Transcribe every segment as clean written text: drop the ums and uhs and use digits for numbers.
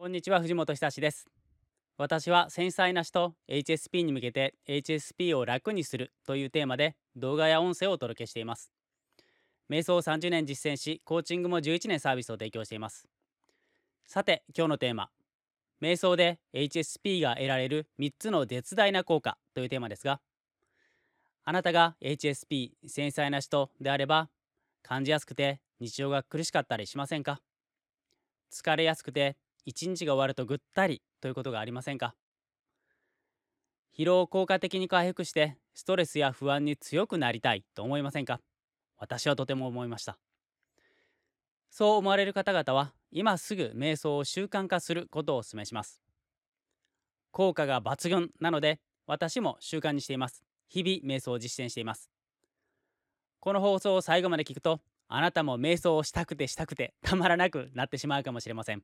こんにちは、藤本久志です。私は繊細な人 HSP に向けて HSP を楽にするというテーマで動画や音声をお届けしています。瞑想を30年実践し、コーチングも11年サービスを提供しています。さて、今日のテーマ、瞑想で HSP が得られる3つの絶大な効果というテーマですが、あなたが HSP 繊細な人であれば、感じやすくて日常が苦しかったりしませんか？疲れやすくて一日が終わるとぐったりということがありませんか？疲労を効果的に回復してストレスや不安に強くなりたいと思いませんか？私はとても思いました。そう思われる方々は今すぐ瞑想を習慣化することをお勧めします。効果が抜群なので私も習慣にしています。日々瞑想を実践しています。この放送を最後まで聞くと、あなたも瞑想をしたくてしたくてたまらなくなってしまうかもしれません。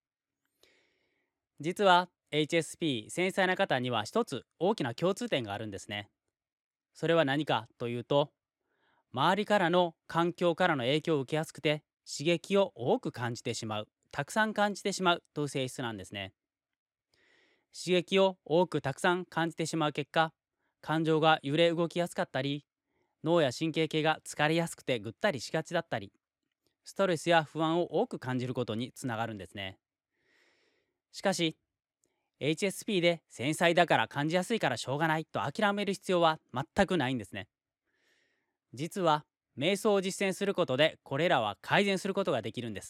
実は HSP 繊細な方には一つ大きな共通点があるんですね。それは何かというと、周りからの環境からの影響を受けやすくて刺激を多く感じてしまう、たくさん感じてしまうという性質なんですね。刺激を多くたくさん感じてしまう結果、感情が揺れ動きやすかったり、脳や神経系が疲れやすくてぐったりしがちだったり、ストレスや不安を多く感じることにつながるんですね。しかし HSP で繊細だから感じやすいからしょうがないと諦める必要は全くないんですね。実は瞑想を実践することでこれらは改善することができるんです。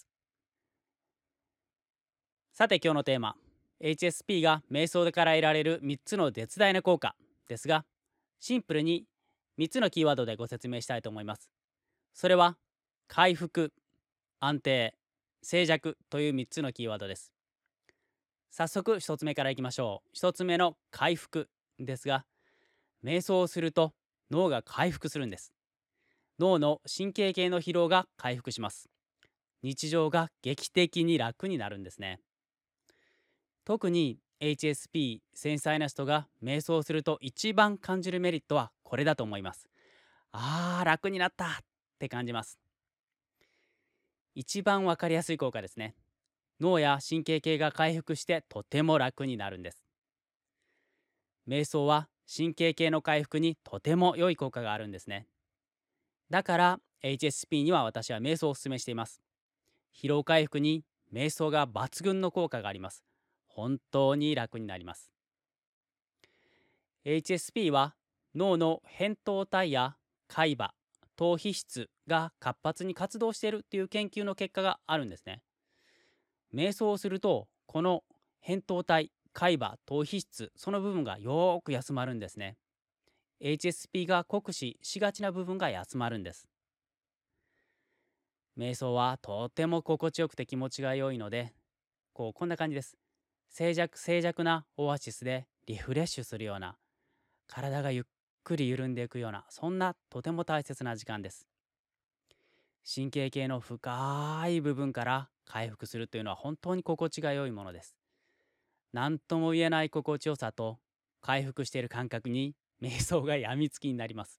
さて、今日のテーマ、 HSP が瞑想から得られる3つの絶大な効果ですが、シンプルに3つのキーワードでご説明したいと思います。それは回復、安定、静寂という3つのキーワードです。早速1つ目からいきましょう。1つ目の回復ですが、瞑想をすると脳が回復するんです。脳の神経系の疲労が回復します。日常が劇的に楽になるんですね。特に HSP 繊細な人が瞑想すると一番感じるメリットはこれだと思います。楽になったって感じます。一番わかりやすい効果ですね。脳や神経系が回復してとても楽になるんです。瞑想は神経系の回復にとても良い効果があるんですね。だから HSP には私は瞑想をお勧めしています。疲労回復に瞑想が抜群の効果があります。本当に楽になります。HSP は脳の扁桃体や海馬、頭皮質が活発に活動しているという研究の結果があるんですね。瞑想をするとこの扁桃体、海馬、頭皮質、その部分がよーく休まるんですね。HSP が酷使しがちな部分が休まるんです。瞑想はとても心地よくて気持ちが良いので、こんな感じです。静寂なオアシスでリフレッシュするような、体がゆっくり緩んでいくような、そんなとても大切な時間です。神経系の深い部分から回復するというのは本当に心地が良いものです。何とも言えない心地よさと回復している感覚に瞑想がやみつきになります。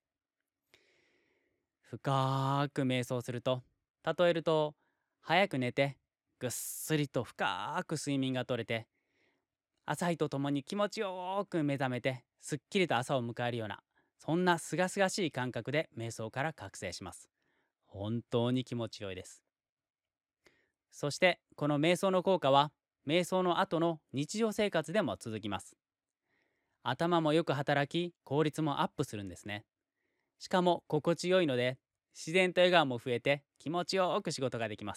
深く瞑想すると、例えると早く寝てぐっすりと深く睡眠が取れて、朝日とともに気持ちよく目覚めてすっきりと朝を迎えるような、そんなすがすがしい感覚で瞑想から覚醒します。本当に気持ちよいです。そしてこの瞑想の効果は瞑想の後の日常生活でも続きます。頭もよく働き効率もアップするんですね。しかも心地よいので自然と笑顔も増えて気持ちよく仕事ができます。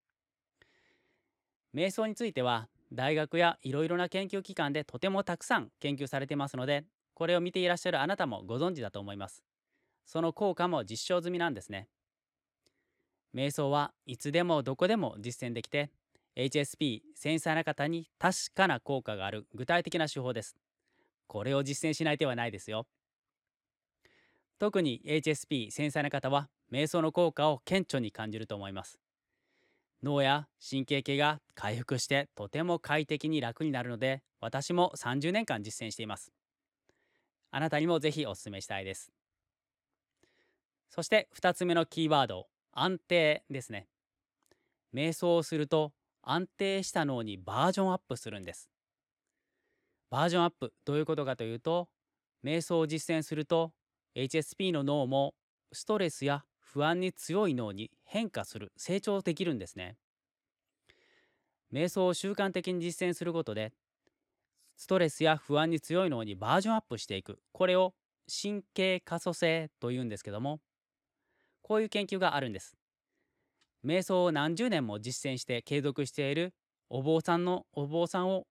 瞑想については大学やいろいろな研究機関でとてもたくさん研究されていますので、これを見ていらっしゃるあなたもご存知だと思います。その効果も実証済みなんですね。瞑想はいつでもどこでも実践できて、 HSP 繊細な方に確かな効果がある具体的な手法です。これを実践しない手はないですよ。特に HSP 繊細な方は瞑想の効果を顕著に感じると思います。脳や神経系が回復してとても快適に楽になるので、私も30年間実践しています。あなたにもぜひお勧めしたいです。そして2つ目のキーワード、安定ですね。瞑想をすると安定した脳にバージョンアップするんです。バージョンアップ、どういうことかというと、瞑想を実践すると HSP の脳もストレスや不安に強い脳に変化する、成長できるんですね。瞑想を習慣的に実践することで、ストレスや不安に強い脳にバージョンアップしていく、これを神経可塑性というんですけども、こういう研究があるんです。瞑想を何十年も実践して継続しているお坊さんを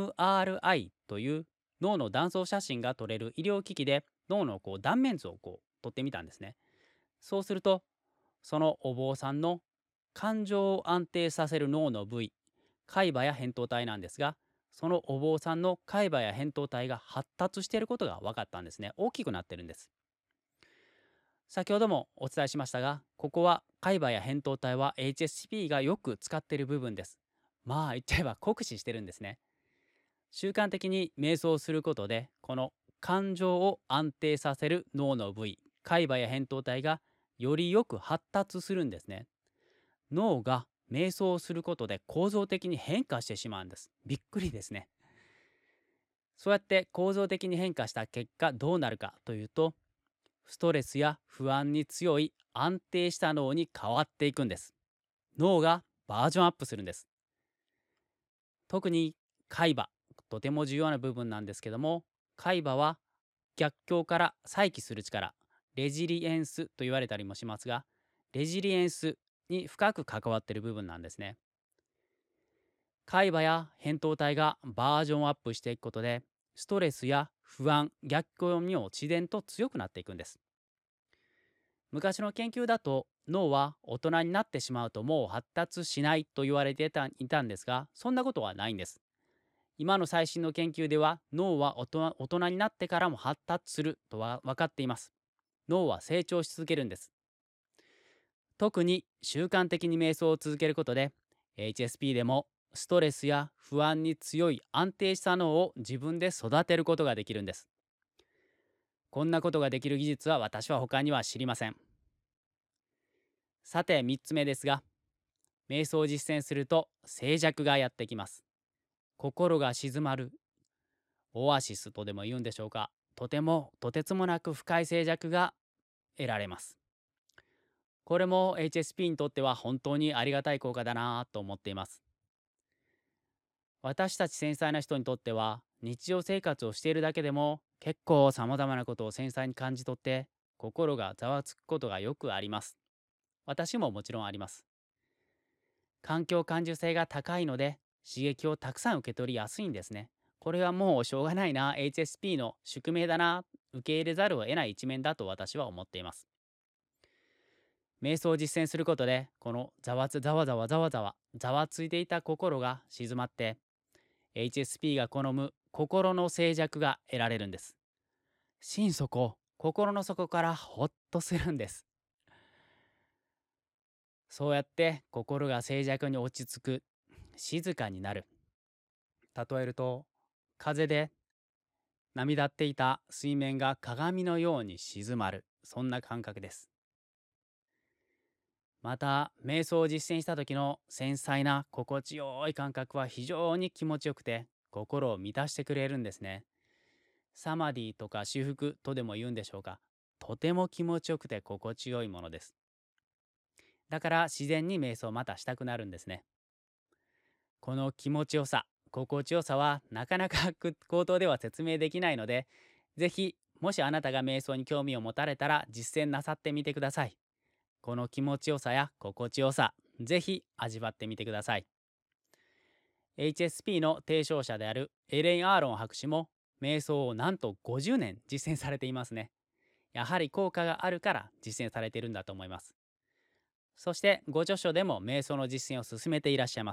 MRI という脳の断層写真が撮れる医療機器で脳の断面図を撮ってみたんですね。そうすると、そのお坊さんの感情を安定させる脳の部位、海馬や扁桃体なんですが、そのお坊さんの海馬や扁桃体が発達していることが分かったんですね。大きくなってるんです。先ほどもお伝えしましたが、ここは海馬や扁桃体は HSP がよく使っている部分です。まあ言っちゃえば酷使してるんですね。習慣的に瞑想をすることで、この感情を安定させる脳の部位、海馬や扁桃体がよりよく発達するんですね。脳が瞑想をすることで構造的に変化してしまうんです。びっくりですね。そうやって構造的に変化した結果どうなるかというと、ストレスや不安に強い安定した脳に変わっていくんです。脳がバージョンアップするんです。特に海馬、とても重要な部分なんですけども、海馬は逆境から再起する力、レジリエンスと言われたりもしますが、レジリエンスに深く関わっている部分なんですね。海馬や扁桃体がバージョンアップしていくことで、ストレスや不安、逆境にも自然と強くなっていくんです。昔の研究だと、脳は大人になってしまうともう発達しないと言われていたんですが、そんなことはないんです。今の最新の研究では、脳は大人になってからも発達するとは分かっています。脳は成長し続けるんです。特に習慣的に瞑想を続けることで、 HSP でもストレスや不安に強い安定した脳を自分で育てることができるんです。こんなことができる技術は私は他には知りません。さて3つ目ですが、瞑想を実践すると静寂がやってきます。心が静まる、オアシスとでも言うんでしょうか、とてつもなく深い静寂が得られます。これも HSP にとっては本当にありがたい効果だなと思っています。私たち繊細な人にとっては、日常生活をしているだけでも結構さまざまなことを繊細に感じ取って、心がざわつくことがよくあります。私ももちろんあります。環境感受性が高いので、刺激をたくさん受け取りやすいんですね。これはもうしょうがないな、 HSP の宿命だな、受け入れざるを得ない一面だと私は思っています。瞑想を実践することで、このざわついていた心が静まって、HSP が好む心の静寂が得られるんです。心底、心の底からほっとするんです。そうやって心が静寂に落ち着く、静かになる。例えると、風で波立っていた水面が鏡のように静まる、そんな感覚です。また瞑想を実践した時の繊細な心地よい感覚は非常に気持ちよくて、心を満たしてくれるんですね。サマディとか至福とでも言うんでしょうか、とても気持ちよくて心地よいものです。だから自然に瞑想をまたしたくなるんですね。この気持ちよさ、心地よさはなかなか口頭では説明できないので、ぜひもしあなたが瞑想に興味を持たれたら実践なさってみてください。この気持ちよさや心地よさ、ぜひ味わってみてください。HSP の提唱者であるエレイン・アーロン博士も瞑想をなんと50年実践されていますね。やはり効果があるから実践されているんだと思います。そしてご著書でも瞑想の実践を進めていらっしゃいます。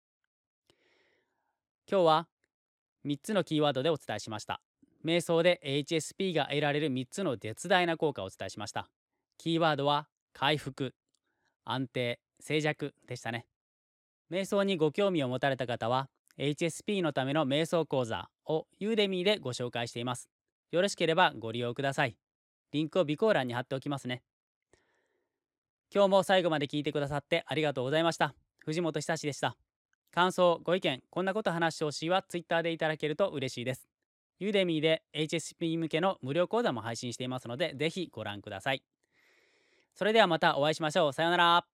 今日は3つのキーワードでお伝えしました。瞑想で HSP が得られる3つの絶大な効果をお伝えしました。キーワードは回復、安定、静寂でしたね。瞑想にご興味を持たれた方は HSP のための瞑想講座をユーデミーでご紹介しています。よろしければご利用ください。リンクを備考欄に貼っておきますね。今日も最後まで聞いてくださってありがとうございました。藤本久志でした。 感想、ご意見、こんなこと話してほしいは Twitter でいただけると嬉しいです。ユーデミーで HSP 向けの無料講座も配信していますので、ぜひご覧ください。それではまたお会いしましょう。さようなら。